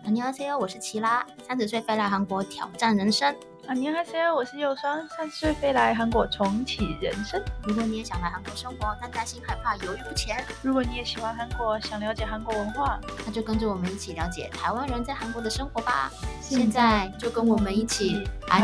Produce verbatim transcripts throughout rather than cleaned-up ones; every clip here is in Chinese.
안녕하세요，我是齐拉，三十岁飞来韩国挑战人生。 안녕하세요，我是右双，三十岁飞来韩国重启人生。 如果你也想来韩国生活，但担心害怕犹豫不前， 如果你也喜欢韩国，想了解韩国文化， 那就跟着我们一起了解台湾人在韩国的生活吧。现在就跟我们一起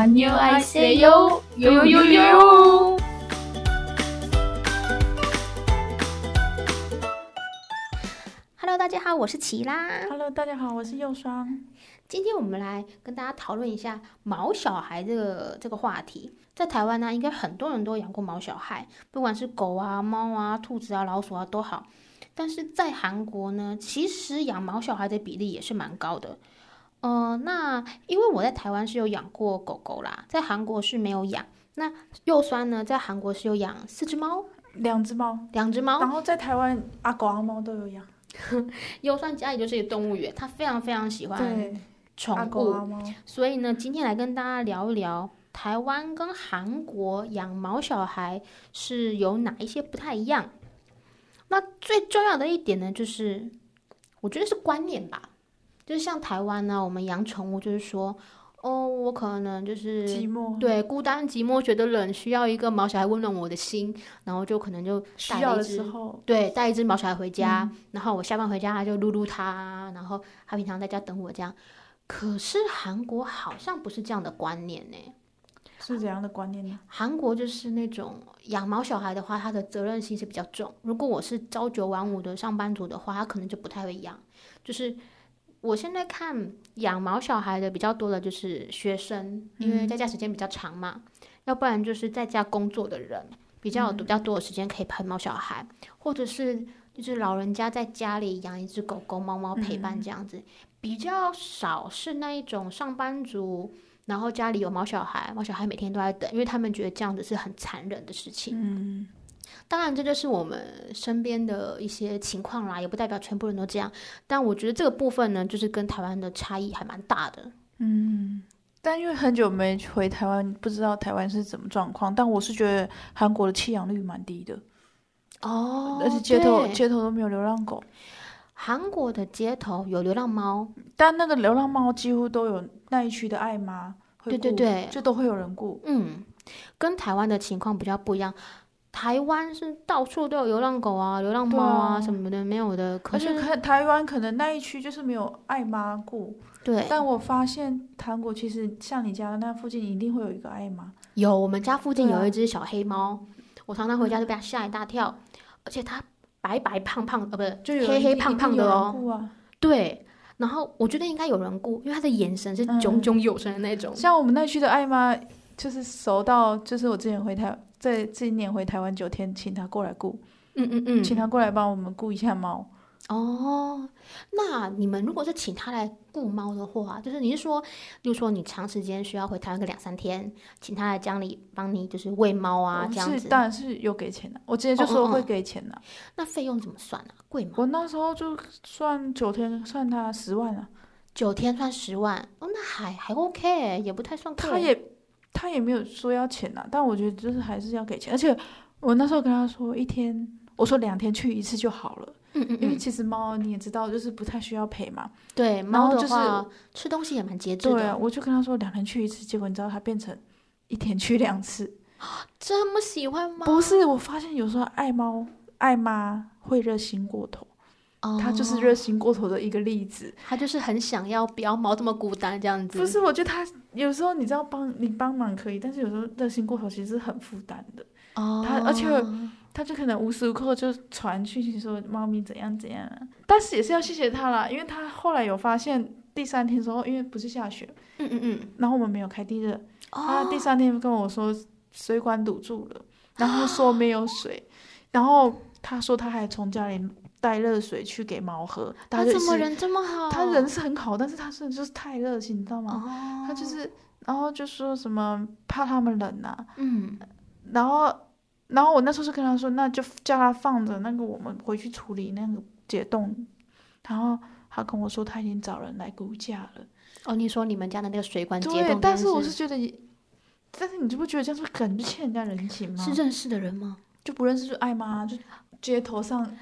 안녕하세요，呦呦呦呦。Hello， 大家好，我是齐拉。 Hello， 大家好，我是右双。 今天我们来跟大家讨论一下毛小孩这个这个话题。在台湾呢，应该很多人都养过毛小孩，不管是狗啊、猫啊、兔子啊、老鼠啊都好。但是在韩国呢，其实养毛小孩的比例也是蛮高的。呃，那因为我在台湾是有养过狗狗啦，在韩国是没有养。那右酸呢，在韩国是有养四只猫， 两只猫， 两只猫， 然后在台湾阿狗阿猫都有养。 右酸家里就是一个动物园，他非常非常喜欢宠物， 阿狗阿猫。 所以呢，今天来跟大家聊一聊台湾跟韩国养毛小孩是有哪一些不太一样。那最重要的一点呢，就是我觉得是观念吧。就是像台湾呢，我们养宠物就是说，哦，我可能就是寂寞， 对，孤单寂寞，觉得冷，需要一个毛小孩温暖我的心，然后就可能就带了一只，对，带一只毛小孩回家，嗯、然后我下班回家就撸撸它，然后他平常在家等我这样。可是韩国好像不是这样的观念呢。 是怎样的观念呢？ 韩国就是那种养毛小孩的话，他的责任心是比较重。如果我是朝九晚五的上班族的话，他可能就不太会养。就是我现在看养毛小孩的比较多的就是学生，因为在家时间比较长嘛，嗯、要不然就是在家工作的人比较有比较多的时间可以陪毛小孩，嗯、或者是就是老人家在家里养一只狗狗、猫猫陪伴这样子，嗯、比较少是那一种上班族，然后家里有毛小孩，毛小孩每天都在等，因为他们觉得这样子是很残忍的事情。嗯。当然这就是我们身边的一些情况啦，也不代表全部人都这样，但我觉得这个部分呢，就是跟台湾的差异还蛮大的。 嗯，但因为很久没回台湾，不知道台湾是怎么状况，但我是觉得韩国的弃养率蛮低的哦， 而且街头街头都没有流浪狗。 韩国的街头有流浪猫， 但那个流浪猫几乎都有那一区的爱妈会顾， 对对对， 就都会有人顾。 嗯，跟台湾的情况比较不一样。台湾是到处都有流浪狗啊、流浪猫啊什么的，啊、没有的。可是而且台湾可能那一区就是没有爱妈顾。 对。 但我发现韩国其实像你家的那附近一定会有一个爱妈。 有，我们家附近有一只小黑猫，啊、我常常回家就被它吓一大跳，而且它白白胖胖，呃，不是，就黑黑胖胖的哦。 啊、 对。然后我觉得应该有人顾，因为它的眼神是炯炯有神的那种。 嗯、像我们那区的爱妈，就是熟到，就是我之前回台。在今年回台湾九天，请他过来顾， 嗯嗯嗯， 请他过来帮我们顾一下猫。 哦，那你们如果是请他来顾猫的话，就是你是说，例如说你长时间需要回台湾个两三天，请他来家里帮你就是喂猫啊，这样子。 是，当然是有给钱的，我之前就说会给钱的。哦哦哦， 那费用怎么算啊？贵吗？ 我那时候就算九天，算他十万啊。 九天算十万，哦，那还还 OK， 也不太算贵。 他也。他也没有说要钱啊，但我觉得就是还是要给钱，而且我那时候跟他说一天，我说两天去一次就好了， 嗯嗯嗯， 因为其实猫你也知道，就是不太需要陪嘛。 对，猫的话、就是、吃东西也蛮节制的。 对啊，我就跟他说两天去一次，结果你知道他变成一天去两次， 这么喜欢吗？ 不是，我发现有时候爱猫爱妈会热心过头。他就是热心过头的一个例子， 他就是很想要不要猫这么孤单这样子。 不是，我觉得他有时候你知道帮你帮忙可以，但是有时候热心过头其实是很负担的。哦，他而且他就可能无时无刻就传讯息说猫咪怎样怎样，但是也是要谢谢他啦，因为他后来有发现第三天的时候，因为不是下雪， 嗯嗯嗯， 然后我们没有开地热，哦、他第三天跟我说水管堵住了，然后说没有水，然后他说他还从家里带热水去给猫喝。 他怎么人这么好？ 他人是很好，但是他是就是太热情，你知道吗？哦、他就是然后就说什么怕他们冷啊， 嗯， 然后然后我那时候是跟他说，那就叫他放着，那个我们回去处理那个解冻。然后他跟我说他已经找人来估价了。 哦，你说你们家的那个水管解冻？ 对，但是我是觉得，但是你就不觉得这样是很欠人家人情吗？ 是认识的人吗？ 就不认识就爱妈，就街头上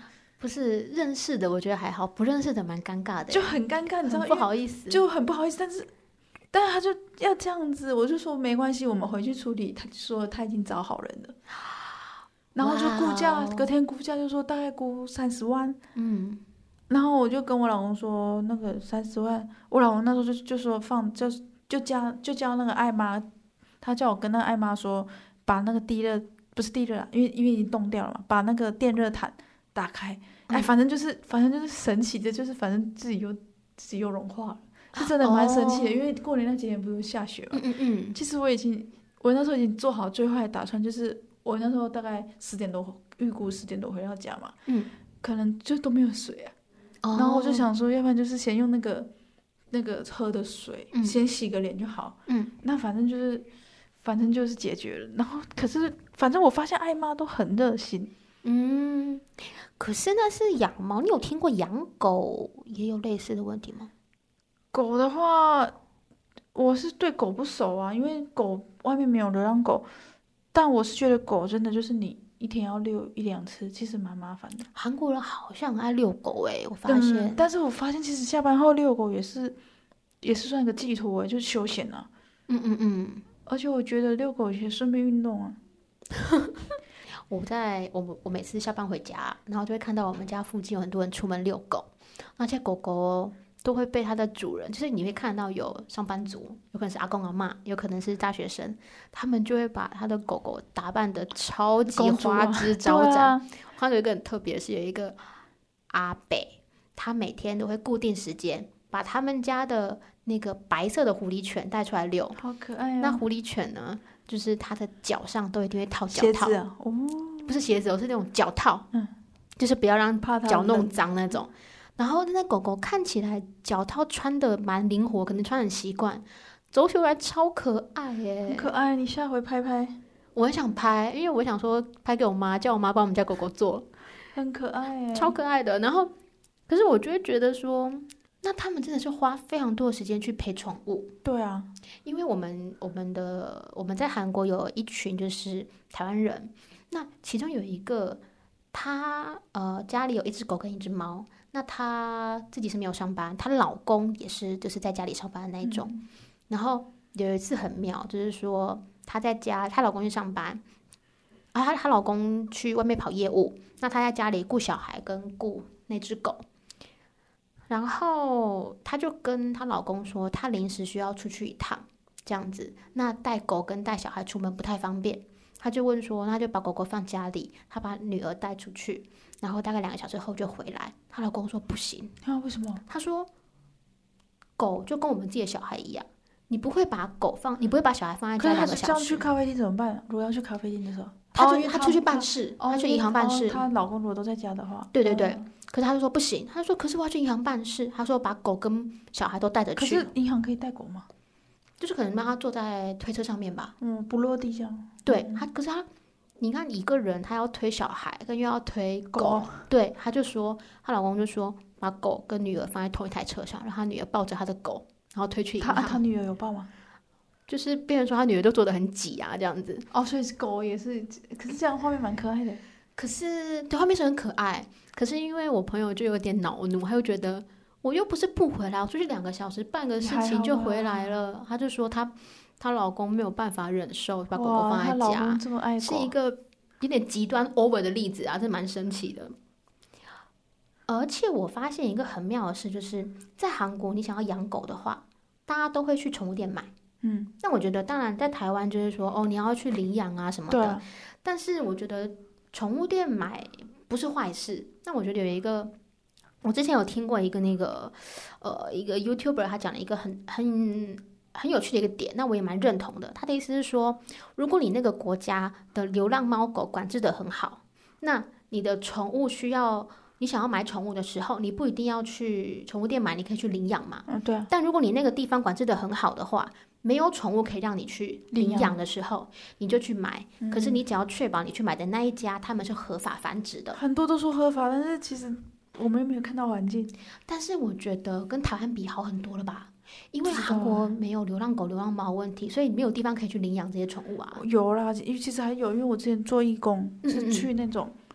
不是认识的，我觉得还好，不认识的蛮尴尬的， 就很尴尬，你知道， 不好意思， 就很不好意思，但是。但是他就要这样子，我就说没关系，我们回去处理。他就说他已经找好人了，然后就估价，隔天估价就说大概估三十万。嗯，然后我就跟我老公说那个三十万，我老公那时候就就说放就就叫就叫那个艾妈，他叫我跟那个艾妈说把那个地热不是地热啊，因为因为已经冻掉了嘛，把那个电热毯打开。哎，反正就是反正就是神奇的，就是反正自己又自己又融化了。是真的蛮生气的，哦，因为过年那几天不是下雪嘛。嗯嗯嗯。其实我已经，我那时候已经做好最坏的打算，就是我那时候大概十点多，预估十点多回到家嘛。嗯。可能就都没有水啊。哦。然后我就想说，要不然就是先用那个那个喝的水，嗯，先洗个脸就好。嗯。那反正就是，反正就是解决了。然后可是，反正我发现艾妈都很热心。 嗯。可是那是养猫，你有听过养狗也有类似的问题吗？ 狗的话，我是对狗不熟啊，因为狗外面没有流浪狗，但我是觉得狗真的就是你一天要遛一两次，其实蛮麻烦的。 韩国人好像很爱遛狗诶，我发现、 嗯。但是我发现其实下班后遛狗也是，也是算一个寄托诶，就是休闲啊。嗯嗯嗯。而且我觉得遛狗也顺便运动啊。 我在我我每次下班回家，然后就会看到我们家附近有很多人出门遛狗，那些狗狗都会被它的主人，就是你会看到有上班族，有可能是阿公阿嬷，有可能是大学生，他们就会把他的狗狗打扮的超级花枝招展。它、啊、有一个很特别，是有一个阿伯，他每天都会固定时间把他们家的那个白色的狐狸犬带出来遛， 好可爱啊！ 那狐狸犬呢，就是它的脚上都一定会套脚套， 鞋子啊，哦， 不是鞋子，是那种脚套，嗯，就是不要让脚弄脏那种。然后那狗狗看起来脚套穿的蛮灵活，可能穿很习惯，走起来超可爱耶， 很可爱。你下回拍拍， 我很想拍，因为我想说拍给我妈，叫我妈帮我们家狗狗做， 很可爱耶， 超可爱的。然后，可是我就会觉得说，那他们真的是花非常多的时间去陪宠物。 对啊， 因为我们我们的我们在韩国有一群就是台湾人，那其中有一个他呃家里有一只狗跟一只猫。那她自己是没有上班，她老公也是就是在家里上班的那一种。嗯、然后有一次很妙，就是说她在家，她老公去上班，啊，她她老公去外面跑业务，那她在家里顾小孩跟顾那只狗。然后她就跟她老公说，她临时需要出去一趟，这样子，那带狗跟带小孩出门不太方便。她就问说，那就把狗狗放家里，她把女儿带出去。然后大概两个小时后就回来，她老公说不行， 啊，为什么？ 他说，狗就跟我们自己的小孩一样，你不会把狗放，你不会把小孩放在家两个小时。 这样去咖啡厅怎么办？如果要去咖啡厅的时候， 他就、哦、他出去办事， 哦、 他去银行办事。 她、哦、老公如果都在家的话， 对对对。嗯、可是他就说不行，他就说可是我要去银行办事，他说把狗跟小孩都带着去。 可是银行可以带狗吗？ 就是可能让他坐在推车上面吧。 嗯，不落地这样。 对他，可是他。你看一个人，他要推小孩，跟又要推狗， 狗对，他就说，她老公就说，把狗跟女儿放在同一台车上，让他女儿抱着他的狗，然后推去银行。 他他女儿有抱吗？ 就是变成说他女儿都坐得很挤啊，这样子。 哦，所以狗也是，可是这样画面蛮可爱的。 可是对，画面是很可爱，可是因为我朋友就有点恼怒，他就觉得我又不是不回来，我出去两个小时办个事情就回来了，他就说他。她老公没有办法忍受把狗狗放在家， 这么爱狗是一个有点极端 over 的例子啊，这蛮生气的。而且我发现一个很妙的事，就是在韩国，你想要养狗的话，大家都会去宠物店买。嗯，那我觉得，当然在台湾就是说，哦，你要去领养啊什么的。但是我觉得宠物店买不是坏事。那我觉得有一个，我之前有听过一个那个，呃，一个 YouTuber 他讲了一个很很。很有趣的一个点，那我也蛮认同的。他的意思是说，如果你那个国家的流浪猫狗管制得很好，那你的宠物需要，你想要买宠物的时候，你不一定要去宠物店买，你可以去领养嘛。 嗯，对。 但如果你那个地方管制得很好的话，没有宠物可以让你去领养的时候，你就去买。嗯、可是你只要确保你去买的那一家，他们是合法繁殖的。 很多都说合法，但是其实我们又没有看到环境。 但是我觉得跟台湾比好很多了吧？因为韩国没有流浪狗、流浪猫问题，所以没有地方可以去领养这些宠物啊。 有啦，其实还有，因为我之前做义工，是去那种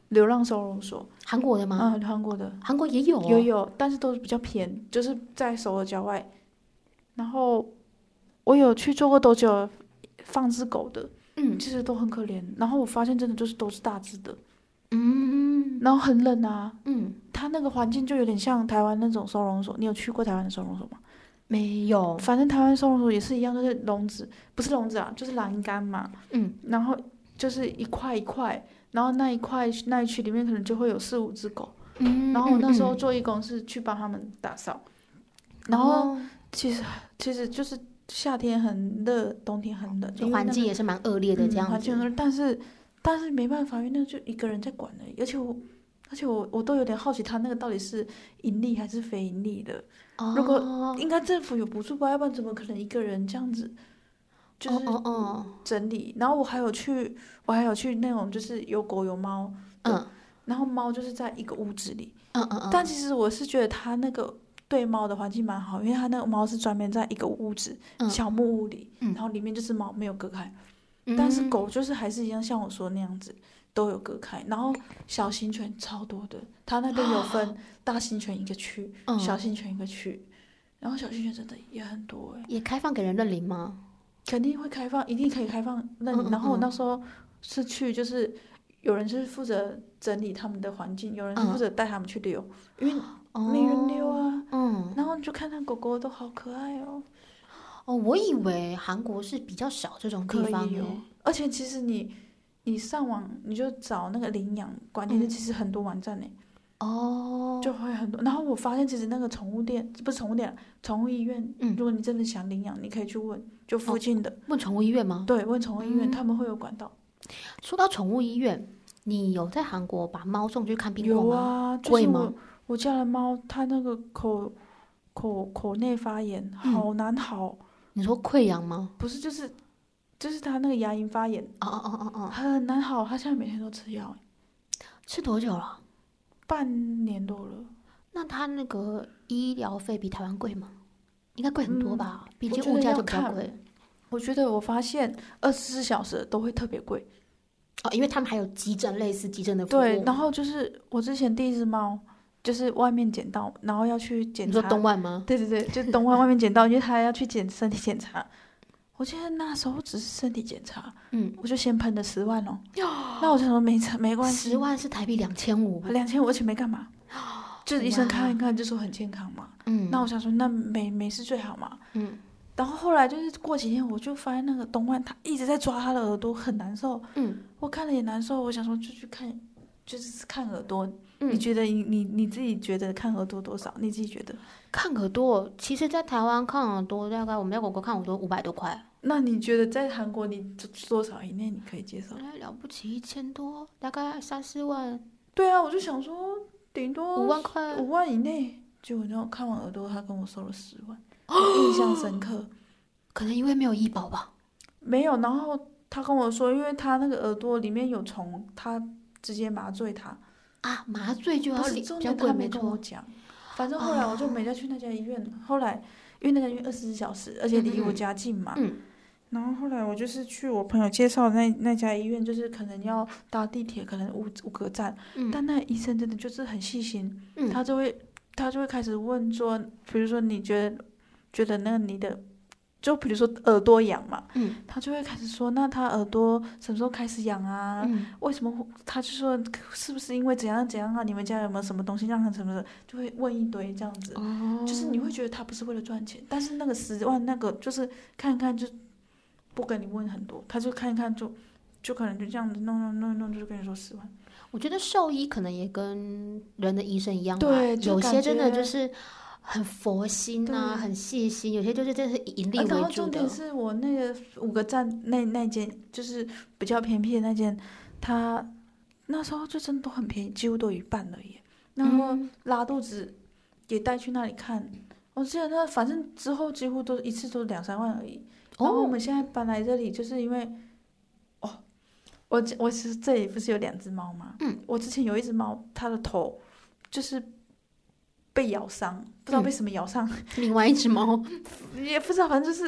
流浪收容所。 韩国的吗？ 嗯，韩国的。 韩国也有、哦。 有有，但是都是比较偏，就是在首尔郊外。然后我有去做过多久放置狗的， 嗯， 其实都很可怜。然后我发现真的就是都是大只的， 嗯， 然后很冷啊， 嗯， 它那个环境就有点像台湾那种收容所。你有去过台湾的收容所吗？ 没有。 反正台湾收容所也是一样，就是笼子，不是笼子啊，就是栏杆嘛。 嗯， 然后就是一块一块，然后那一块那一区里面可能就会有四五只狗。 嗯， 然后我那时候嗯做义工是去帮他们打扫，然后哦其实其实就是夏天很热，冬天很冷， 就环境也是蛮恶劣的这嗯、 样子。 环境很热，但是但是没办法，因为那就一个人在管而已，而且我而且我我都有点好奇，他那个到底是盈利还是非盈利的？ 哦、 如果应该政府有补助吧，要不然怎么可能一个人这样子就是哦哦哦整理？然后我还有去，我还有去那种就是有狗有猫， 嗯然后猫就是在一个屋子里， 嗯嗯嗯， 但其实我是觉得他那个对猫的环境蛮好，因为他那个猫是专门在一个屋子、 嗯小木屋里， 嗯然后里面就是猫没有隔开， 嗯但是狗就是还是一样像我说那样子都有隔开，然后小型犬超多的，他那边有分大型犬一个区， 嗯小型犬一个区，然后小型犬真的也很多哎、 也开放给人认领吗？ 肯定会开放，一定可以开放那里。 嗯嗯然后我嗯那时候是去，就是有人是负责整理他们的环境，有人是负责带他们去溜，因为没人溜啊。 嗯， 然后你就看那狗狗都好可爱哦。 哦，我以为韩国是比较少这种地可方耶。 以哦，而且其实你你上网你就找那个领养关键字，其实很多网站呢。 哦， 就会很多。然后我发现其实那个宠物店不是宠物店，宠物医院， 嗯如果你真的想领养，你可以去问，就附近的。 问宠物医院吗？ 对，问宠物医院， 嗯他们会有管道。 说到宠物医院，你有在韩国把猫送去看病过吗？ 有啊，就贵吗是我我家的猫，它那个口口口内发炎，好难好。 你说溃疡吗？ 不是，就是就是它那个牙龈发炎， 哦哦哦哦哦， 很难好。它现在每天都吃药， 吃多久了？ 半年多了。 那他那个医疗费比台湾贵吗？应该贵很多吧，毕我觉得竟物价就要看比较贵。 我觉得我发现二十四小时都会特别贵。 哦，因为他们还有急诊，类似急诊的服务。 对，然后就是我之前第一只猫，就是外面捡到，然后要去检查。 你说东莞吗？ 对对对，就东莞外面捡到，因为他要去检身体检查。我记得那时候只是身体检查， 嗯， 我就先喷了十万哦。那我就说没没关系， 十万是台币两千五， 两千五，而且没干嘛，就是医生看一看就说很健康嘛。 嗯， 那我想说那没没事最好嘛。 嗯， 然后后来就是过几天，我就发现那个东莞他一直在抓他的耳朵，很难受。 嗯， 我看了也难受，我想说就去看，就是看耳朵。 嗯你觉得你你你自己觉得看耳朵多少？你自己觉得？ 看耳朵，其实，在台湾看耳朵大概我们家狗狗看耳朵五百多块。 那你觉得在韩国你多少以内你可以接受？ 哎，了不起一千多，大概三四万。 对啊，我就想说顶多五万块， 五万以内。结果然后看完耳朵，他跟我收了十万，印象深刻。 可能因为没有医保吧。 没有，然后他跟我说，因为他那个耳朵里面有虫，他直接麻醉他。 啊，麻醉就要不是比较贵， 重点，他没没错。 跟我讲。反正后来我就没再去那家医院了。后来因为那家医院二十四小时，而且离我家近嘛。 嗯。 然后后来我就是去我朋友介绍的那那家医院，就是可能要搭地铁，可能五五个站。 嗯。 但那医生真的就是很细心， 嗯、 他就会他就会开始问说，比如说你觉得觉得那你的。就比如说耳朵痒嘛， 嗯， 他就会开始说，那他耳朵什么时候开始痒啊？ 嗯、 为什么？他就说是不是因为怎样怎样啊？你们家有没有什么东西让他什么的？就会问一堆这样子。 哦。 就是你会觉得他不是为了赚钱，但是那个十万那个就是看一看就不跟你问很多，他就看一看就就可能就这样子弄弄弄一弄就跟你说十万。 我觉得兽医可能也跟人的医生一样吧， 对， 有些真的就是很佛心啊，很细心，有些就是真的是以盈利为主的。 然后重点是我那个五个站那那间就是比较偏僻的那间，他那时候就真的都很便宜，几乎都一半而已。然后拉肚子也带去那里看，我记得那反正之后几乎都一次都两三万而已。然后我们现在搬来这里，就是因为哦，我我其实这里不是有两只猫吗？ 嗯， 我之前有一只猫，它的头就是被咬伤，不知道被什么咬伤。 另外一只猫也不知道，反正就是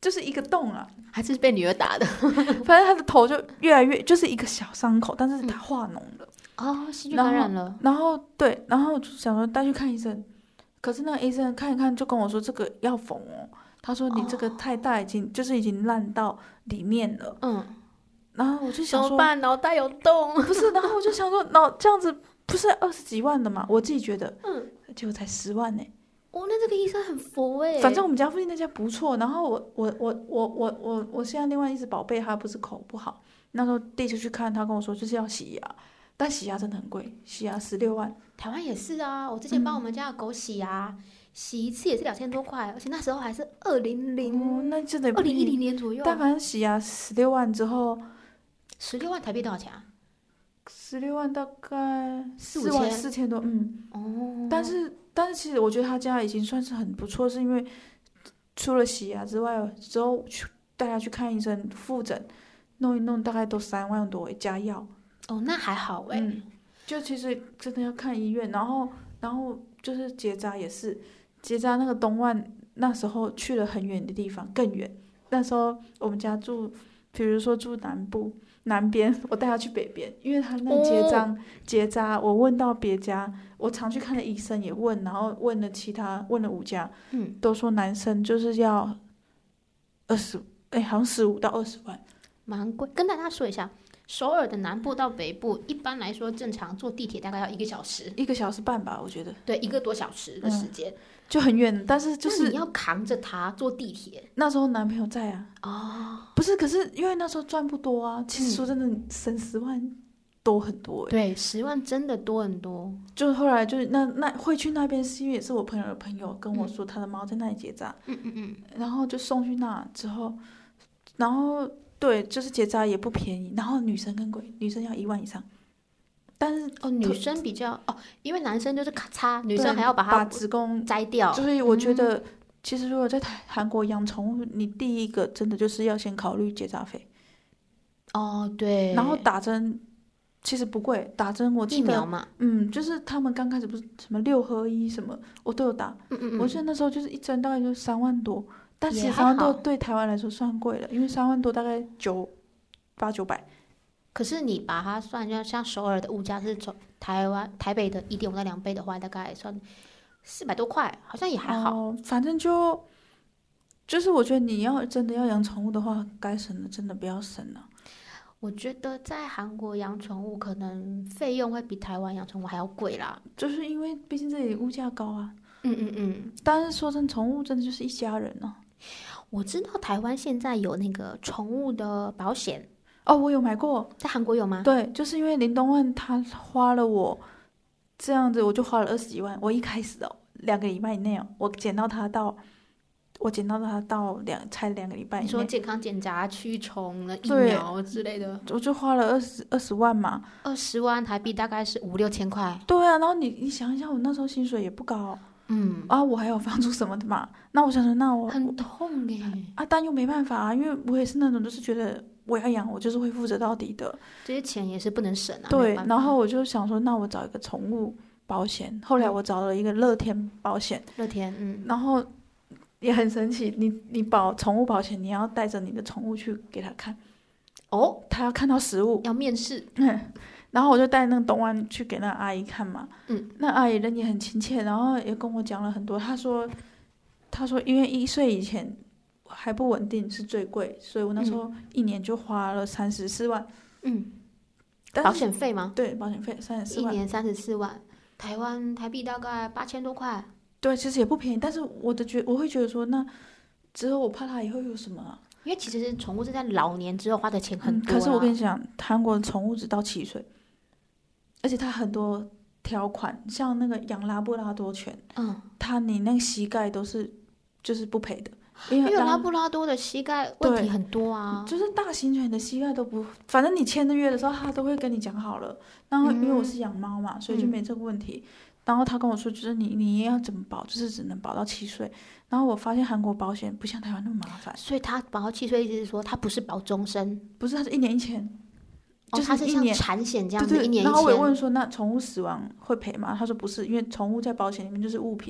就是一个洞啊， 还是被女儿打的？ 反正他的头就越来越就是一个小伤口，但是他化脓了。 哦，细菌感染了。 然后对，然后就想说带去看医生，可是那个医生看一看就跟我说这个要缝哦，他说你这个太大，已经、哦、就是已经烂到里面了。嗯，然后我就想说怎么办？脑袋有洞？ 不是，然后我就想说，脑这样子不是二十几万的嘛？我自己觉得，嗯，结果才十万呢、欸。 哦，那这个医生很佛哎、欸。 反正我们家附近那家不错，然后我我我我我我我现在另外一只宝贝，他不是口不好，那时候第一次去看，他跟我说就是要洗牙，但洗牙真的很贵，洗牙十六万。 台湾也是啊，我之前帮我们家的狗洗牙，嗯、洗一次也是两千多块，而且那时候还是二零零， 那真的二零一零年左右。 但反正洗牙十六万之后， 十六万台币多少钱啊？ 十六万大概四五千， 四千多，嗯。 哦。 但是但是其实我觉得他家已经算是很不错，是因为除了洗牙之外，之后去带他去看医生复诊，弄一弄大概都三万多加药。 哦，那还好哎、欸嗯。就其实真的要看医院，然后然后就是结扎也是，结扎那个东万那时候去了很远的地方，更远。那时候我们家住，比如说住南部南边，我带他去北边，因为他那结扎、哦、结扎，我问到别家，我常去看的医生也问，然后问了其他问了五家，嗯，都说男生就是要二十，哎，好像十五到二十万， 蛮贵。跟大家说一下。首尔的南部到北部，一般来说正常坐地铁大概要一个小时， 一个小时半吧，我觉得。 对，一个多小时的时间、嗯， 就很远。但是就是你要扛着他坐地铁。 那时候男朋友在啊。哦。不是，可是因为那时候赚不多啊。其实说真的，嗯、省十万多很多、欸。 对，十万真的多很多。 就后来就是那那会去那边，是因为也是我朋友的朋友跟我说，他的猫在那里结扎。嗯嗯嗯。然后就送去那之后，然后。对，就是结扎也不便宜，然后女生更贵，女生要一万以上。但是哦，女生比较哦，因为男生就是咔嚓，女生还要把它把子宫摘掉。 所以我觉得，嗯、其实如果在台韩国养宠物，你第一个真的就是要先考虑结扎费。 哦，对。 然后打针其实不贵，打针我记得疫苗嘛， 嗯，就是他们刚开始不是什么六合一什么，我都有打。嗯嗯嗯。我记得那时候就是一针大概就三万多。但其实三万多对台湾来说算贵了，因为三万多大概九八九百。 可是你把它算，就像首尔的物价是从台湾台北的一点五到两倍的话，大概算四百多块，好像也还好。 哦，反正就就是我觉得你要真的要养宠物的话，该省的真的不要省了。 我觉得在韩国养宠物可能费用会比台湾养宠物还要贵啦， 就是因为毕竟这里物价高啊。 嗯嗯嗯。 但是说真，宠物真的就是一家人啊。 我知道台湾现在有那个宠物的保险哦，我有买过。 在韩国有吗？ 对，就是因为林东万他花了我这样子，我就花了二十几万。我一开始哦，两个礼拜以内哦，我捡到他到我捡到他到两才两个礼拜以内。 你说健康检查、驱虫的疫苗之类的， 我就花了二十二十万嘛。 二十万台币大概是五六千块。 对啊，然后你你想一下，我那时候薪水也不高。嗯啊，我还有房租什么的嘛，那我想说，那我很痛耶啊，但又没办法啊，因为我也是那种就是觉得我要养，我就是会负责到底的， 这些钱也是不能省啊。 对，然后我就想说，那我找一个宠物保险，后来我找了一个乐天保险， 乐天，嗯， 然后也很神奇，你你保宠物保险，你要带着你的宠物去给他看，哦，他要看到实物， 要面试， 嗯。然后我就带那个东湾去给那个阿姨看嘛，嗯，那阿姨人也很亲切，然后也跟我讲了很多。她说，她说因为一岁以前还不稳定是最贵，所以我那时候一年就花了三十四万，嗯， 保险费吗？ 对，保险费三十四万， 一年三十四万，台湾台币大概八千多块。 对，其实也不便宜，但是我的觉我会觉得说，那之后我怕它以后有什么、啊， 因为其实宠物是在老年之后花的钱很多、啊嗯。 可是我跟你讲，韩国的宠物只到七岁。而且它很多条款，像那个养拉布拉多犬，嗯，它你那个膝盖都是就是不赔的， 因为拉布拉多的膝盖问题很多啊， 就是大型犬的膝盖都不，反正你签的约的时候，他都会跟你讲好了。然后因为我是养猫嘛，嗯、所以就没这个问题。嗯、然后他跟我说，就是你你要怎么保，就是只能保到七岁。然后我发现韩国保险不像台湾那么麻烦， 所以他保到七岁，意思是说他不是保终身， 不是，他是一年一签。 哦、 就是它是像产险这样子，一年一签。 然后我也问说，那宠物死亡会赔吗？他说不是，因为宠物在保险里面就是物品。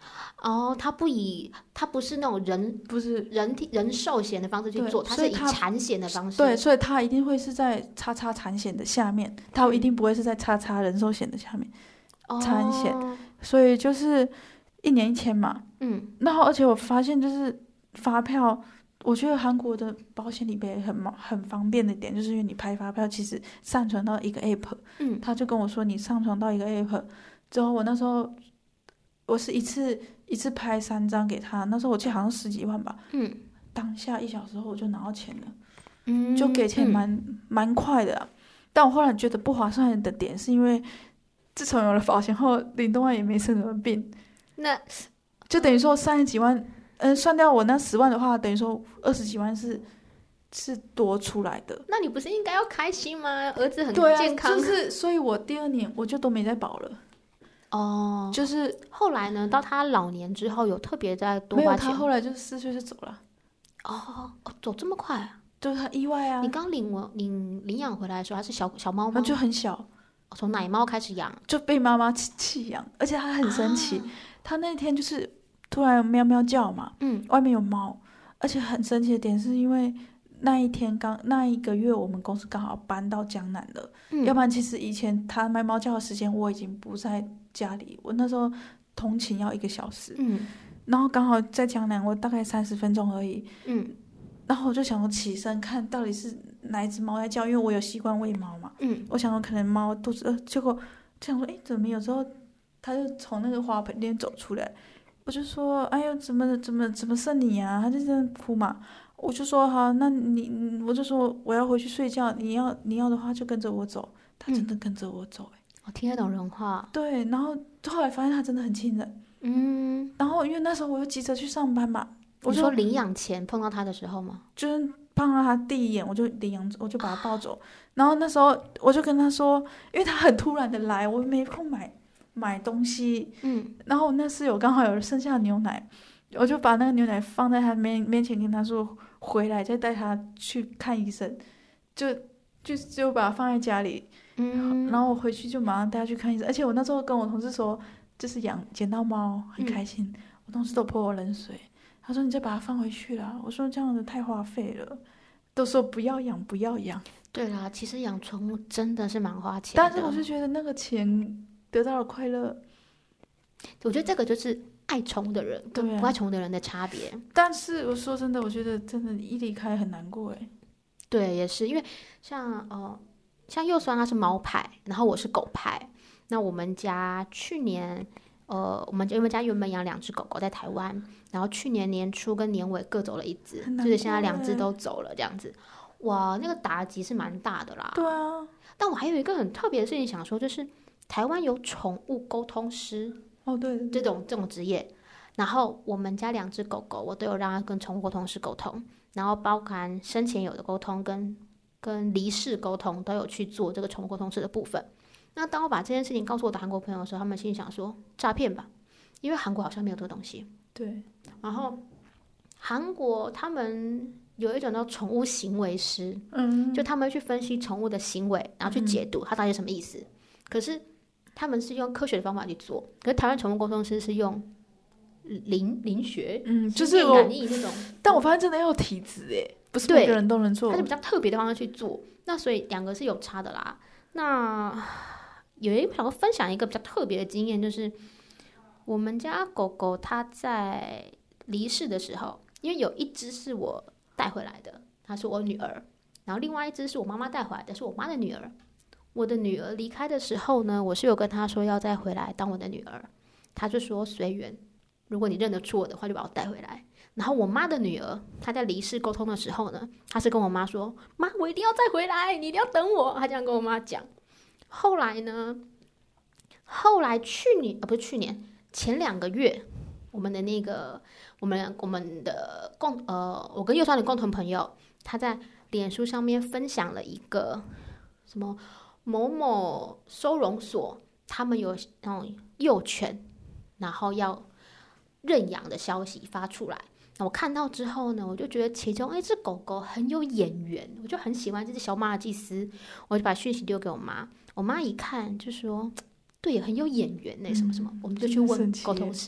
哦，它不以它不是那种人不是人体人寿险的方式去做，它是以产险的方式。 对，所以它一定会是在叉叉产险的下面，它一定不会是在叉叉人寿险的下面。 哦、 产险，所以就是一年一千嘛。 嗯， 然后而且我发现就是发票，我觉得韩国的保险理赔很很方便的点，就是因为你拍发票，其实上传到一个 app， 嗯， 他就跟我说你上传到一个 app 之后，我那时候我是一次一次拍三张给他，那时候我记得好像十几万吧， 嗯， 当下一小时后我就拿到钱了， 嗯， 就给钱蛮蛮、嗯、快的、啊。但我后来觉得不划算的点是因为自从有了保险后，林东万也没生什么病， 那就等于说三十几万，嗯，算掉我那十万的话，等于说二十几万是是多出来的。 那你不是应该要开心吗？儿子很健康， 对啊，就是所以我第二年我就都没再保了。 哦， 就是后来呢，到他老年之后有特别在多花钱？ 没有，他后来就是四岁就走了。 哦哦，走这么快啊？ 就是他意外啊。 你刚领我领领养回来的时候，他是小小猫吗？ 就很小， 从奶猫开始养， 就被妈妈弃养，而且他很神奇， 啊、 他那天就是突然有喵喵叫嘛， 嗯， 外面有猫，而且很神奇的点是因为那一天刚那一个月我们公司刚好搬到江南了、嗯，要不然其实以前他卖猫叫的时间我已经不在家里，我那时候通勤要一个小时， 嗯， 然后刚好在江南，我大概三十分钟而已， 嗯， 然后我就想说起身看到底是哪一只猫在叫，因为我有习惯喂猫嘛， 嗯， 我想说可能猫肚子饿，结果就想说哎怎么有时候它就从那个花盆里面走出来，我就说哎呦怎么怎么怎么是你啊，它就在那哭嘛，我就说好，那你我就说我要回去睡觉，你要你要的话就跟着我走，它真的跟着我走、欸， 我、嗯、听得懂人话， 对，然后后来发现它真的很亲人， 嗯， 然后因为那时候我又急着去上班嘛，我说领养前碰到它的时候吗？ 就是碰到他第一眼我就领养，我就把他抱走、啊，然后那时候我就跟他说，因为他很突然的来，我没空买买东西， 嗯， 然后那室友刚好有剩下的牛奶，我就把那个牛奶放在他面面前，跟他说回来再带他去看医生，就就就把他放在家里， 嗯， 然后我回去就马上带他去看医生，而且我那时候跟我同事说，就是养捡到猫很开心、嗯，我同事都泼我冷水。他说：“你再把它放回去啦。”我说：“这样子太花费了。”都说不要养，不要养。 对啦，其实养宠物真的是蛮花钱的。 但是我就觉得那个钱得到了快乐， 我觉得这个就是爱宠物的人跟不爱宠物的人的差别、啊。 但是我说真的，我觉得真的，一离开很难过哎。 对，也是因为像呃，像佑酸他是猫派，然后我是狗派。那我们家去年。呃，我们我们家原本养两只狗狗在台湾，然后去年年初跟年尾各走了一只，就是现在两只都走了这样子。哇，那个打击是蛮大的啦。 对啊。 但我还有一个很特别的事情想说，就是台湾有宠物沟通师哦，对，对， 这种这种职业。然后我们家两只狗狗，我都有让它跟宠物沟通师沟通，然后包含生前有的沟通跟跟离世沟通都有去做这个宠物沟通师的部分。那当我把这件事情告诉我的韩国朋友的时候，他们心里想说诈骗吧，因为韩国好像没有这个东西。 对。 然后韩国他们有一种叫宠物行为师，嗯，就他们会去分析宠物的行为，然后去解读它到底是什么意思。嗯、可是他们是用科学的方法去做，可是台湾宠物沟通师是用灵灵学， 嗯，就是感应那种。 但我发现真的要有体质哎，不是每个人都能做， 他就比较特别的方式去做。那所以两个是有差的啦。那有一个想要分享一个比较特别的经验，就是我们家狗狗它在离世的时候，因为有一只是我带回来的，它是我女儿，然后另外一只是我妈妈带回来的，是我妈的女儿。我的女儿离开的时候呢，我是有跟她说要再回来当我的女儿，她就说随缘，如果你认得出我的话就把我带回来。然后我妈的女儿她在离世沟通的时候呢，她是跟我妈说，妈我一定要再回来，你一定要等我，她这样跟我妈讲。后来呢？后来去年啊，不是去年，前两个月，我们的那个，我们我们的共呃，我跟佑川的共同朋友，他在脸书上面分享了一个什么某某收容所，他们有那种幼犬，然后要认养的消息发出来。我看到之后呢，我就觉得其中一只狗狗很有眼缘，我就很喜欢这只小马尔济斯，我就把讯息丢给我妈。我妈一看就说：“对，很有眼缘呢，什么什么。”我们就去问沟通师，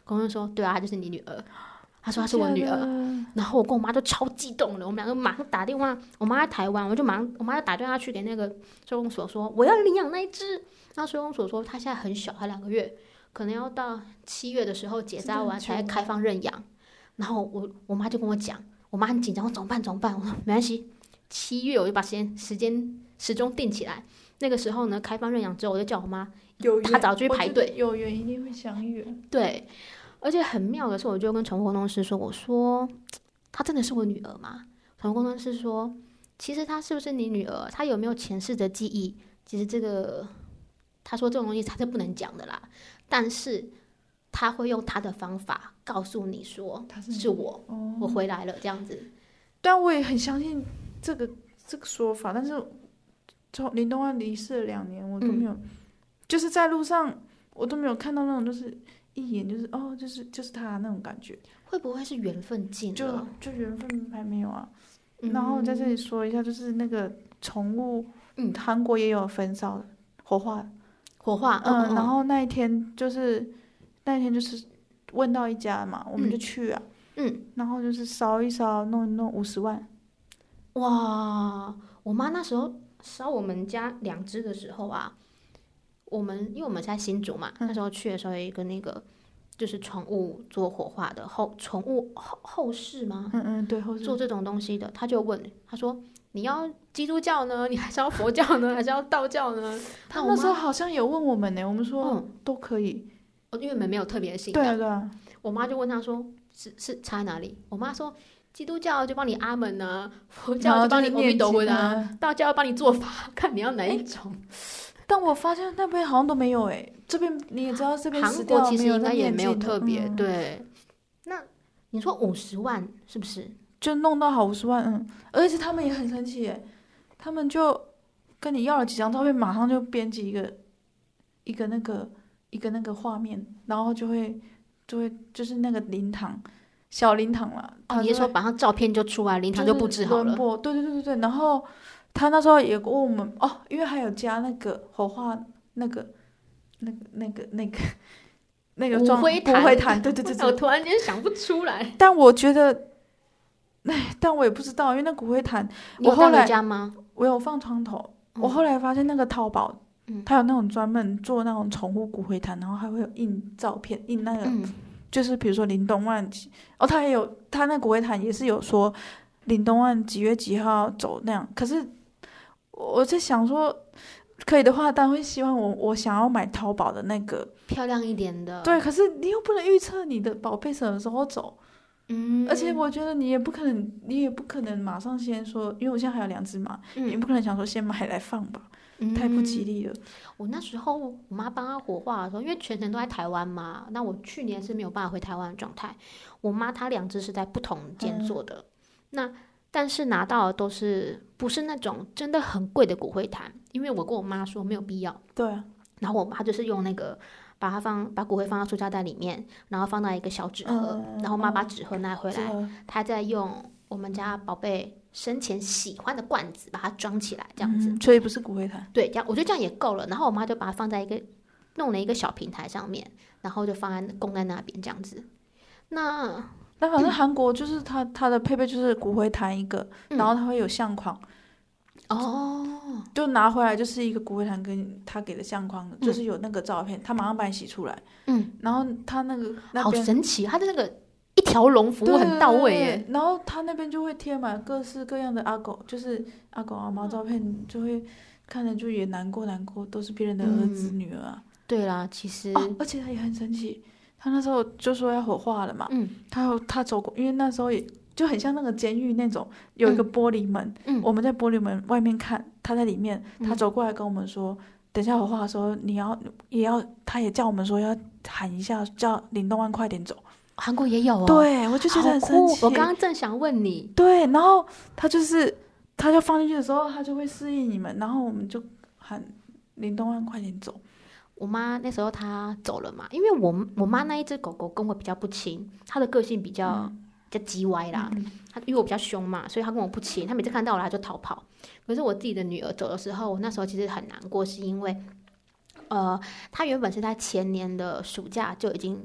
公公说对啊，她就是你女儿。他说他是我女儿，然后我跟我妈就超激动了，我们两个马上打电话，我妈在台湾，我就马上我妈就打电话去给那个收容所说我要领养那一只。那收容所说他现在很小，才两个月，可能要到七月的时候结扎完才开放认养。然后我我妈就跟我讲，我妈很紧张，我怎么办怎么办？我说没关系，七月我就把时间时间时钟定起来，那个时候呢开放认养之后，我就叫我妈她早就去排队， 有缘一定会相遇。 对。而且很妙的是，我就跟宠物沟通师说：“我说，她真的是我女儿吗？”宠物沟通师说：“其实她是不是你女儿？她有没有前世的记忆？其实这个，他说这种东西他是不能讲的啦。但是他会用他的方法告诉你说，是, 是我、哦，我回来了这样子。 但我也很相信这个这个说法。但是从林东安离世了两年，我都没有、嗯，就是在路上我都没有看到那种就是。”一眼就是哦，就是就是他那种感觉， 会不会是缘分尽了？ 就就缘分还没有啊、嗯。然后在这里说一下，就是那个宠物，嗯，韩国也有焚烧火化， 火化， 嗯，嗯然后那一天就是那一天就是问到一家嘛，我们就去啊，嗯，然后就是烧一烧，弄一弄五十万， 哇！我妈那时候烧我们家两只的时候啊。我们因为我们在新竹嘛、嗯，那时候去的时候有一个那个就是宠物做火化的后宠物后后事吗？ 嗯嗯，对，后事做这种东西的，他就问他说：“你要基督教呢？你还是要佛教呢？还是要道教呢？” 他那时候好像有问我们呢，我们说、嗯、都可以， 哦，因为我们没有特别的信仰。 对啊对啊。 我妈就问他说：“是是差在哪里？”我妈说：“基督教就帮你阿门啊，佛教就帮你阿弥陀佛啊，道教要帮你做法，看你要哪一种。” 但我发现那边好像都没有哎、欸，这边你也知道，这边韩国其实应该也没有特别、 嗯、 对。那你说五十万是不是？ 就弄到好五十万，嗯，而且他们也很生气哎，他们就跟你要了几张照片，马上就编辑一个一个那个一个那个画面，然后就会就会就是那个灵堂小灵堂啦。 哦，你是说马上照片就出来，灵堂就布置好了？ 就是、对对对对对，然后。他那时候也问我们哦，因为还有加那个火化那个、那个、那个、那个、那个骨灰坛， 骨灰坛，对对对对。 我突然间想不出来。 但我觉得，哎，但我也不知道，因为那骨灰坛，我后来家吗？ 我有放床头、嗯。我后来发现那个淘宝，嗯，它有那种专门做那种宠物骨灰坛，然后还会有印照片，印那个，嗯、就是比如说林东万哦，他也有，他那骨灰坛也是有说林东万几月几号走那样，可是。我在想说，可以的话，当然会希望我我想要买淘宝的那个漂亮一点的。 对，可是你又不能预测你的宝贝什么时候走，嗯，而且我觉得你也不可能，你也不可能马上先说，因为我现在还有两只嘛，嗯、你不可能想说先买来放吧，嗯、太不吉利了。 我那时候我妈帮她火化的时候，因为全程都在台湾嘛，那我去年是没有办法回台湾的状态。我妈她两只是在不同间做的，嗯、那。但是拿到的都是不是那种真的很贵的骨灰坛，因为我跟我妈说没有必要。 对。 然后我妈就是用那个把它放把骨灰放到塑胶袋里面，然后放到一个小纸盒，嗯、然后妈把纸盒拿回来，嗯、她再用我们家宝贝生前喜欢的罐子把它装起来，这样子。 嗯、所以不是骨灰坛。 对，这样我觉得这样也够了。然后我妈就把它放在一个弄了一个小平台上面，然后就放在供在那边这样子。那。 那反正韩国就是它它的配备就是骨灰坛一个，嗯、然后它会有相框，哦，就拿回来就是一个骨灰坛跟他给的相框的，嗯、就是有那个照片，他马上把你洗出来，嗯，然后他那个那好神奇，他的那个一条龙服务很到位耶， 然后他那边就会贴满各式各样的阿狗，就是阿狗阿猫照片，就会看着就也难过难过，都是别人的儿子、嗯、女儿啊， 对啦，其实、 哦、而且他也很神奇。他那时候就说要火化了嘛，嗯，他他走过，因为那时候也就很像那个监狱那种，有一个玻璃门，嗯，我们在玻璃门外面看，他在里面，他走过来跟我们说，嗯、等一下火化的时候你要也要，他也叫我们说要喊一下，叫林东安快点走。 韩国也有哦， 对，我就觉得很神奇。 我刚刚正想问你， 对，然后他就是他就放进去的时候，他就会示意你们，然后我们就喊林东安快点走。 我妈那时候她走了嘛，因为我我妈那一只狗狗跟我比较不亲，她的个性比较、嗯、比较叽歪啦，嗯、她因为我比较凶嘛，所以她跟我不亲，她每次看到我她就逃跑。可是我自己的女儿走的时候，我那时候其实很难过，是因为呃，她原本是在前年的暑假就已经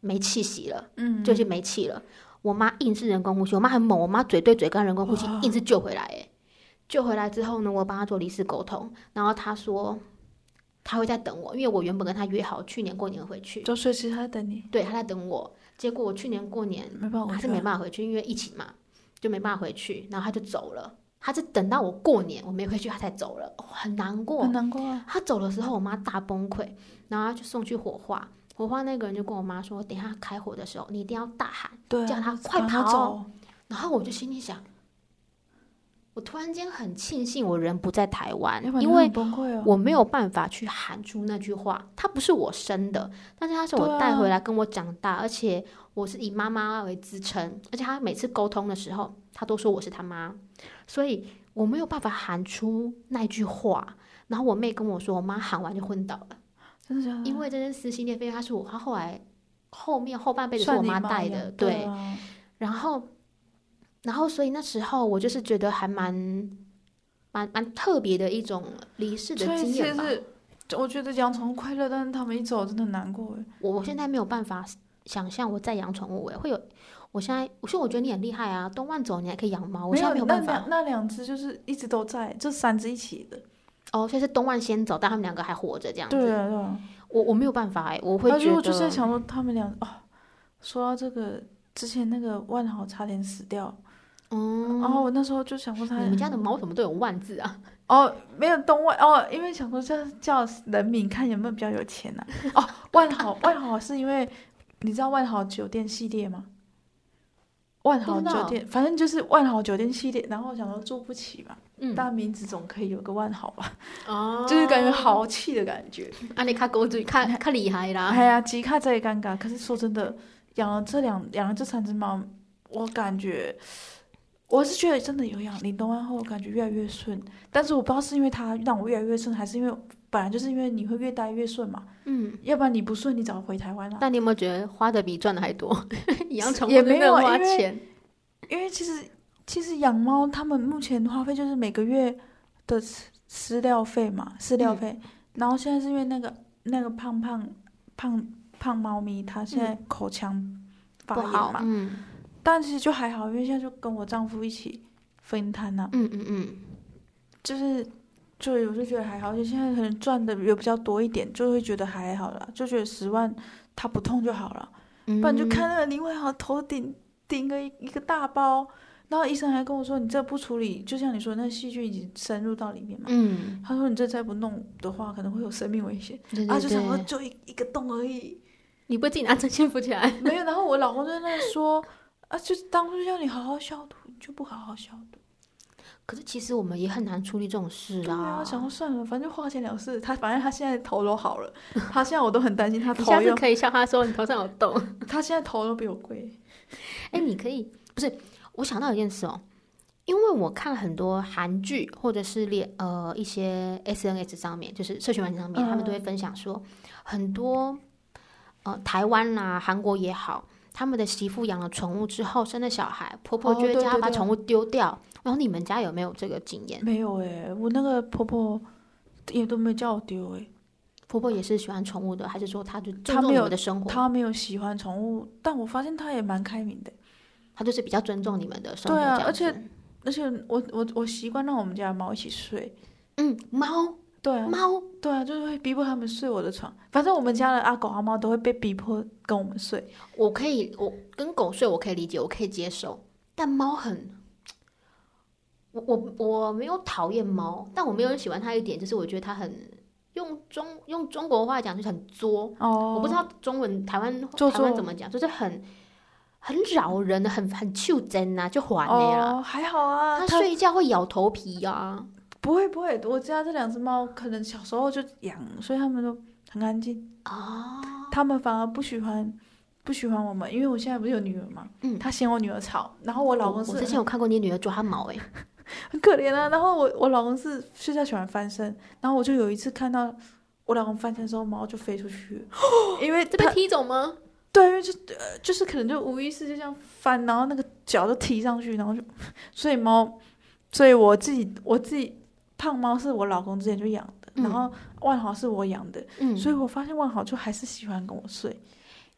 没气息了， 嗯， 就已经没气了。我妈硬是人工呼吸，我妈很猛，我妈嘴对嘴跟人工呼吸，硬是救回来。哎，救回来之后呢，我帮她做离世沟通，然后她说她会再等我，因为我原本跟她约好去年过年回去， 就随时她在等你。 对，她在等我。结果我去年过年没办法， 还是没办法回去，因为疫情嘛，就没办法回去，然后她就走了。她是等到我过年我没回去，她才走了，哦、很难过， 很难过啊。 她走的时候，我妈大崩溃，然后她就送去火化。火化那个人就跟我妈说，等一下开火的时候你一定要大喊， 对啊， 叫她快跑走。 然后我就心里想，我突然间很庆幸我人不在台湾，因为我没有办法去喊出那句话。他不是我生的，但是他是我带回来跟我长大，而且我是以妈妈为自称，而且他每次沟通的时候，他都说我是他妈，所以我没有办法喊出那句话。然后我妹跟我说，我妈喊完就昏倒了。 真的假的？ 因为这件撕心裂肺，他是我，他后来后面后半辈子是我妈带的，对。 啊、 然后，然后，所以那时候我就是觉得还蛮蛮蛮特别的一种离世的经验吧。 所以其实我觉得养宠物快乐，但是他们一走真的难过。 我我现在没有办法想象我在养宠物，会有。我现在，所以我觉得你很厉害啊！东万走你还可以养猫，我现在没有办法。 那两只就是一直都在，这三只一起的。 哦，所以是东万先走，但他们两个还活着这样子。 对啊，对啊。 我我没有办法哎、欸，我会觉得。 我就是在想说，他们俩哦，说到这个，之前那个万豪差点死掉。嗯。然后我那时候就想说他， 你们家的猫怎么都有万字啊？ 哦，没有东万哦，因为想说叫叫人民看有没有比较有钱呐、啊。哦，万豪万豪是因为你知道万豪酒店系列吗？万豪酒店，反正就是万豪酒店系列，然后我想说住不起嘛，嗯，但名字总可以有个万豪吧，哦，就是感觉豪气的感觉。 啊，你看狗嘴，看看厉害啦。 哎呀，极看这也尴尬。可是说真的，养了这两养了这三只猫，我感觉我是觉得真的有养领东湾后，感觉越来越顺。但是我不知道是因为它让我越来越顺，还是因为本来就是因为你会越待越顺嘛。嗯，要不然你不顺，你早回台湾了。 但你有没有觉得花的比赚的还多？养宠物也没有花钱， 因为其实其实养猫，他们目前花费就是每个月的饲料费嘛，饲料费、嗯。然后现在是因为那个那个胖胖胖胖猫咪，它现在口腔发炎嘛，嗯，但其实就还好，因为现在就跟我丈夫一起分摊啊。嗯嗯嗯，就是。就我就觉得还好，而且现在可能赚的也比较多一点，就会觉得还好啦，就觉得十万它不痛就好了、嗯，不然就看那个林伟豪头顶顶个一个大包，然后医生还跟我说你这不处理，就像你说那细菌已经深入到里面嘛，嗯，他说你这再不弄的话可能会有生命危险，对对对啊，就想说就一一个洞而已， 你不会自己拿针线扶起来？ 没有，然后我老公在那说啊，就当初叫你好好消毒，你就不好好消毒。 可是其实我们也很难处理这种事啊。 对啊，想说算了，反正花钱了事。他反正他现在头都好了，他现在我都很担心他头。你下次可以笑他说你头上有洞。 他现在头都比我贵。 哎、欸，你可以不是？我想到一件事哦，因为我看很多韩剧或者是列呃一些 S N S 上面，就是社群软件上面、嗯，他们都会分享说很多呃台湾啦、韩国也好。他们的媳妇养了宠物之后生了小孩，婆婆就会叫她把宠物丢掉、哦、然后你们家有没有这个经验？ 没有耶，我那个婆婆也都没叫我丢耶。 婆婆也是喜欢宠物的，还是说她就尊重你们的生活？ 她没有喜欢宠物，但我发现她也蛮开明的， 她就是比较尊重你们的生活。 对啊，而且而且我我我习惯让我们家的猫一起睡。 嗯，猫对啊， 猫对啊，就是会逼迫他们睡我的床。反正我们家的阿狗阿猫都会被逼迫跟我们睡。 我可以，我跟狗睡我可以理解，我可以接受。但猫很，我我我没有讨厌猫，但我没有很喜欢它一点，就是我觉得它很用中用中国话讲就是很作。哦，我不知道中文台湾台湾怎么讲，就是很很扰人的，很很袖珍啊，就缓的啦。 哦，还好啊， 它睡觉会咬头皮啊。 不会不会，我家这两只猫可能小时候就养，所以它们都很安静。哦，它们反而不喜欢不喜欢我们，因为我现在不是有女儿嘛，嗯，她嫌我女儿吵，然后我老公是， 我之前有看过你女儿抓她毛哎、欸， 很可怜啊。然后我我老公是睡觉喜欢翻身，然后我就有一次看到我老公翻身的时候，猫就飞出去了，因为这被踢走吗？ 对，因为就呃就是可能就无意识就这样翻，然后那个脚就踢上去，然后就所以猫，所以我自己我自己。胖猫是我老公之前就养的、嗯、然后万豪是我养的、嗯、所以我发现万豪就还是喜欢跟我睡， 因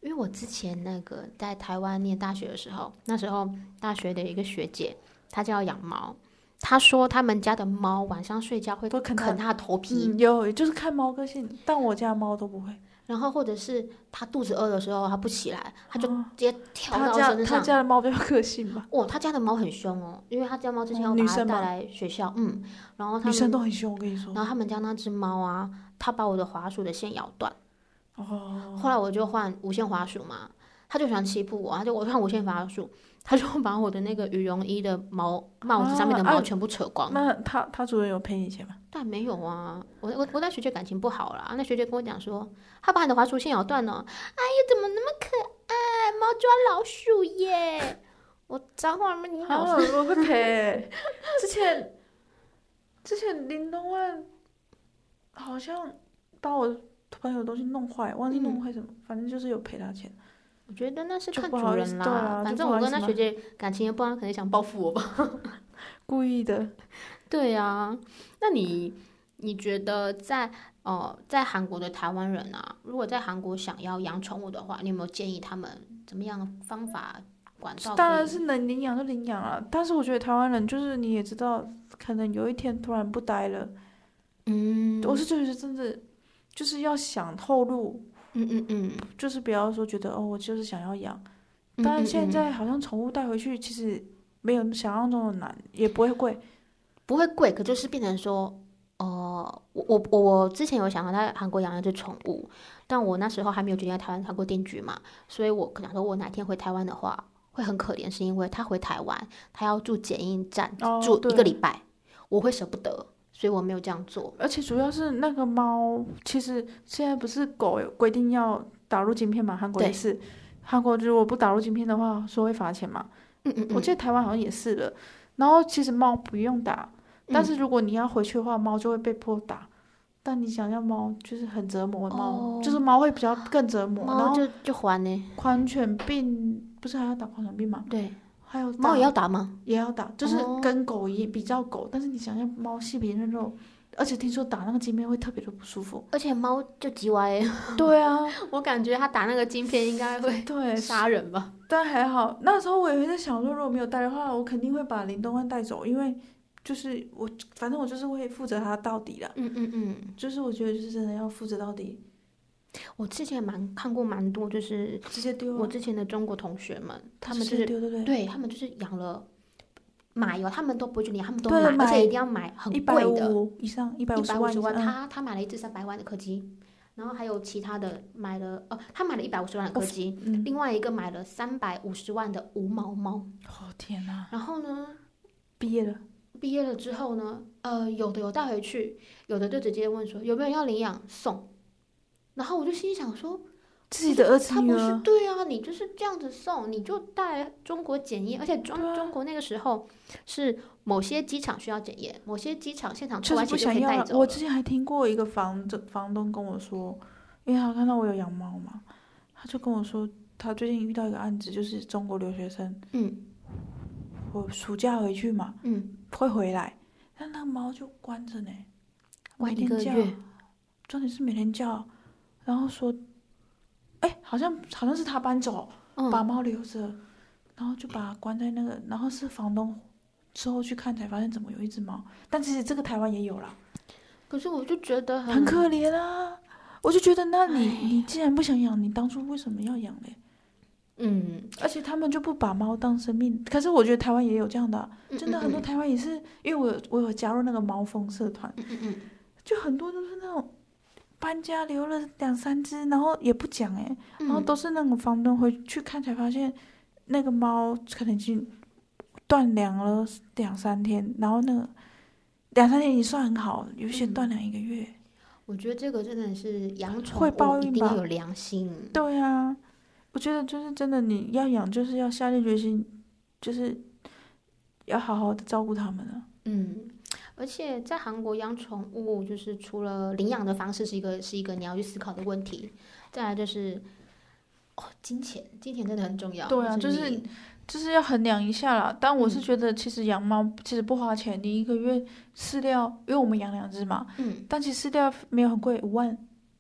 因为我之前那个在台湾念大学的时候，那时候大学的一个学姐，她就要养猫，她说他们家的猫晚上睡觉会啃它的头皮， 嗯、有就是看猫个性，但我家猫都不会。 然后或者是它肚子饿的时候，它不起来，它就直接跳到身上。 他家他家的猫比较个性吧？ 哦，他家的猫很凶哦，因为他家猫之前要把它带来学校，嗯，然后他们女生都很凶，我跟你说。 然后他们家那只猫啊，它把我的滑鼠的线咬断。 哦。 后来我就换无线滑鼠嘛，他就喜欢欺负我，他就我换无线滑鼠，他就把我的那个羽绒衣的毛帽子上面的毛全部扯光。 啊啊、那他他主人有赔你钱吗？ 但没有啊，我我我那学姐感情不好啦，那学姐跟我讲说，他把你的滑鼠线咬断了，哎呀，怎么那么可爱，猫抓老鼠耶！我脏话吗？你好， 啊、我会赔。之前之前林东万好像把我朋友的东西弄坏，忘记弄坏什么，嗯、反正就是有赔他钱。 我觉得那是看主人啦， 啊、 反正我跟那学姐感情也不好，可能想报复我吧， 故意的。 对啊，那你你觉得在呃在韩国的台湾人啊，如果在韩国想要养宠物的话，你有没有建议他们怎么样的方法管道？ 当然是能领养就领养了，但是我觉得台湾人就是你也知道，可能有一天突然不待了， 嗯， 我是觉得真的就是要想后路， 嗯嗯嗯， 就是不要说觉得哦我就是想要养，但是现在好像宠物带回去其实没有想象中的难，也不会贵。 不会贵，可就是变成说，呃，我我我我之前有想要在韩国养一只宠物，但我那时候还没有决定在台湾韩国定居嘛，所以我想说，我哪天回台湾的话会很可怜，是因为他回台湾，他要住检疫站、 哦、 住一个礼拜，我会舍不得，所以我没有这样做。 而且主要是那个猫，其实现在不是狗有规定要打入晶片嘛，韩国也是，韩国如果不打入晶片的话，说会罚钱嘛。 嗯嗯嗯， 我记得台湾好像也是了。然后其实猫不用打。但是如果你要回去的话，猫就会被迫打。但你想要猫就是很折磨，猫、哦、就是猫会比较更折磨。 猫就就还呢。 狂犬病不是还要打狂犬病吗？ 对， 还有猫也要打吗？ 也要打，就是跟狗一比较狗，但是你想要猫细皮嫩肉，而且听说打那个晶片会特别的不舒服。 而且猫就极歪。 对啊， 我感觉它打那个晶片应该会对杀人吧。 但还好，那时候我也会在想说，如果没有带的话，我肯定会把林东万带走，因为。就是我，反正我就是会负责他到底了。 嗯嗯嗯， 就是我觉得就是真的要负责到底。 我之前蛮看过蛮多，就是直接丢、啊。 我之前的中国同学们，他们就是丢对对对，他们就是养了买哦，他们都不会去领，他们都买，而且一定要买很贵的， 一百五以上，一百五十万。 万，他他买了一只三百万的柯基，然后还有其他的买了，哦，他买了一百五十万的柯基，嗯、另外一个买了三百五十万的无毛猫。 哦天哪！ 然后呢？ 毕业了。 毕业了之后呢，呃，有的有带回去，有的就直接问说有没有人要领养送，然后我就心想说， 自己的儿子女儿， 他不是对啊，你就是这样子送，你就带来中国检验，而且中、啊、中国那个时候是某些机场需要检验，某些机场现场出完钱就可以带走了。 我之前还听过一个房房东跟我说，因为他看到我有养猫嘛，他就跟我说他最近遇到一个案子，就是中国留学生， 嗯。 我暑假回去嘛， 嗯， 会回来，但那个猫就关着呢， 关一个月， 重点是每天叫，然后说，哎，好像好像是他搬走，嗯、把猫留着，然后就把它关在那个，然后是房东之后去看才发现怎么有一只猫，但其实这个台湾也有啦， 可是我就觉得很很可怜啊，我就觉得那你你既然不想养，你当初为什么要养嘞？ 嗯， 而且他们就不把猫当生命，可是我觉得台湾也有这样的、啊，真的很多台湾也是，因为我有我有加入那个猫疯社团， 嗯嗯嗯， 就很多都是那种搬家留了两三只，然后也不讲哎、欸，然后都是那种房东回去看才发现，那个猫可能已经断粮了两三天，然后那个两三天已经算很好，有些断粮一个月。嗯、 我觉得这个真的是养宠物一定要有良心。 对啊。我觉得就是真的，你要养就是要下定决心，就是要好好的照顾他们啊。 嗯，而且在韩国养宠物，就是除了领养的方式是一个是一个你要去思考的问题，再来就是哦，金钱，金钱真的很重要。 对啊，就是就是要衡量一下啦。但我是觉得，其实养猫其实不花钱，你一个月饲料，因为我们养两只嘛， 嗯， 但其实饲料没有很贵，五万。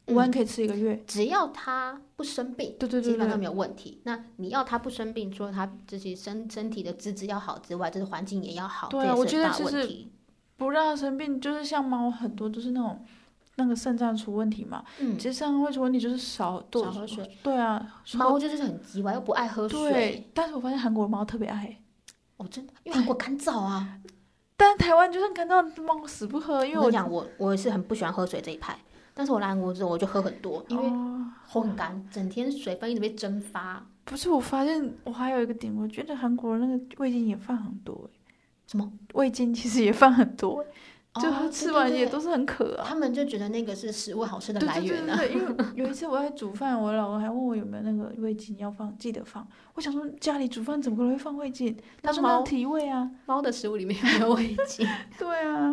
五万可以吃一个月， 只要它不生病， 对对对对， 基本上没有问题。那你要它不生病，除了它自己身身体的资质要好之外，这个环境也要好， 对啊， 这我觉得也是很大就是问题。 不让它生病，就是像猫很多都是那种那个肾脏出问题嘛。 嗯， 其实肾脏会出问题就是少多少喝水。 对啊， 猫就是很急歪，又不爱喝水。 对，但是我发现韩国的猫特别爱。 哦，真的，因为韩国干燥啊。 但台湾就算看到猫死不喝，因为我讲我我是很不喜欢喝水这一派，但是我来韩国之后我就喝很多，因为喉很干，整天水分一直被蒸发。 不是，我发现我还有一个点，我觉得韩国那个味精也放很多。 什么？ 味精其实也放很多，就哦， 吃完也都是很渴啊。 他们就觉得那个是食物好吃的来源啊。 对对对对，因为有一次我在煮饭，我老公还问我有没有那个味精要放，记得放。我想说家里煮饭怎么可能会放味精？他说那提味啊， 猫的食物里面没有味精。 对啊。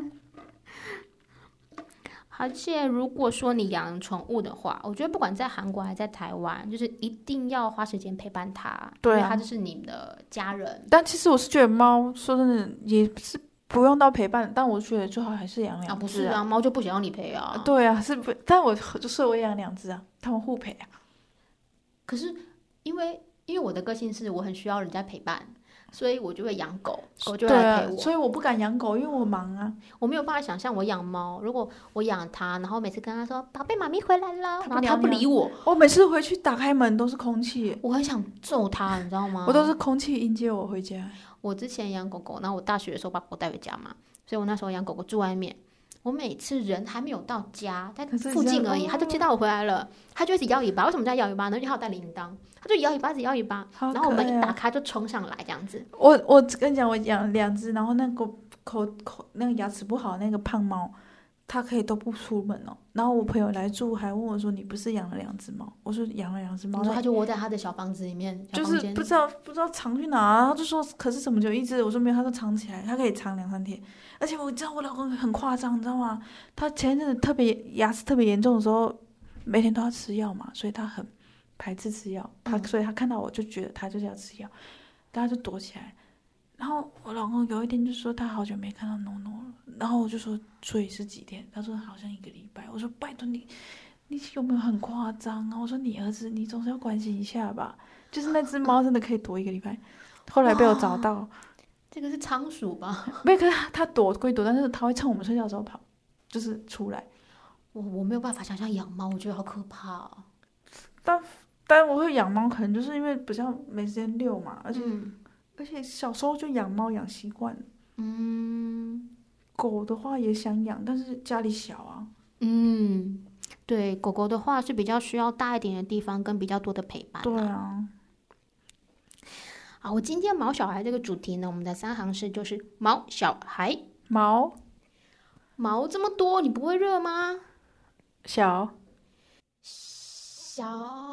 而且如果说你养宠物的话，我觉得不管在韩国还是在台湾，就是一定要花时间陪伴它， 对啊， 因为它就是你的家人。 但其实我是觉得猫，说真的也是不用到陪伴，但我觉得最好还是养两只啊。 啊不是啊，猫就不想要你陪啊。 对啊，是不？但我就是我养两只啊，他们互陪啊。 可是因为因为我的个性是我很需要人家陪伴，所以我就会养狗，狗就会来陪我。 对啊，所以我不敢养狗，因为我忙啊。 我没有办法想象我养猫，如果我养它，然后每次跟它说“宝贝，妈咪回来了”，然后它不理我， 我每次回去打开门都是空气， 我很想揍它，你知道吗？ 我都是空气迎接我回家。 我之前养狗狗，然后我大学的时候把狗带回家嘛，所以我那时候养狗狗住外面。我每次人还没有到家，在附近而已，它就接到我回来了，它就一直摇尾巴。为什么在摇尾巴呢？因为它有带铃铛，它就摇尾巴，一直摇尾巴，然后我们一打开就冲上来这样子。 我我跟你讲，我养两只，然后那个口口那个牙齿不好那个胖猫，它可以都不出门哦。然后我朋友来住还问我说：“你不是养了两只猫？”我说：“养了两只猫。” 它就窝在他的小房子里面， 就是不知道不知道藏去哪。他就说：“可是怎么就一只？”我说：“没有，它都藏起来，它可以藏两三天。”而且我知道我老公很夸张，你知道吗？他前一阵子特别牙齿特别严重的时候，每天都要吃药嘛，所以他很排斥吃药。他、嗯、所以他看到我就觉得他就是要吃药，他就躲起来。然后我老公有一天就说他好久没看到诺诺了，然后我就说所以是几天？他说好像一个礼拜。我说拜托你，你有没有很夸张啊？我说你儿子你总是要关心一下吧。就是那只猫真的可以躲一个礼拜，后来被我找到。 这个是仓鼠吧？ 没有，可是它躲归躲，但是它会趁我们睡觉的时候跑，就是出来。 我我没有办法想象养猫，我觉得好可怕哦。 但但我会养猫，可能就是因为比较没时间遛嘛，而且、嗯、而且小时候就养猫养习惯。 嗯， 狗的话也想养，但是家里小啊。 嗯，对，狗狗的话是比较需要大一点的地方跟比较多的陪伴、啊。 对啊。 好，我今天毛小孩这个主题呢，我们的三行诗就是毛小孩。 毛毛这么多，你不会热吗？ 小小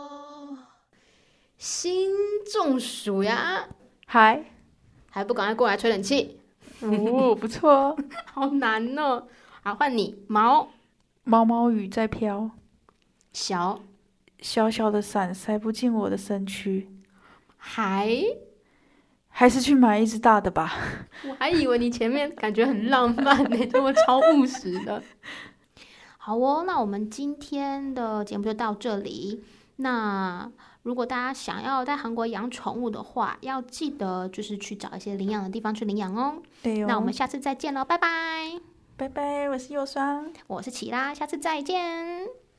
心中暑呀， 还还不赶快过来吹冷气？ 哦，不错， 好难哦。好，换你。毛毛毛雨在飘， 小小小的伞塞不进我的身躯， 还还是去买一只大的吧。 我还以为你前面感觉很浪漫呢，这么超务实的。好哦，那我们今天的节目就到这里。那如果大家想要在韩国养宠物的话，要记得就是去找一些领养的地方去领养哦。 对哦。 那我们下次再见了，拜拜。 拜拜，我是右双， 我是齐拉，下次再见。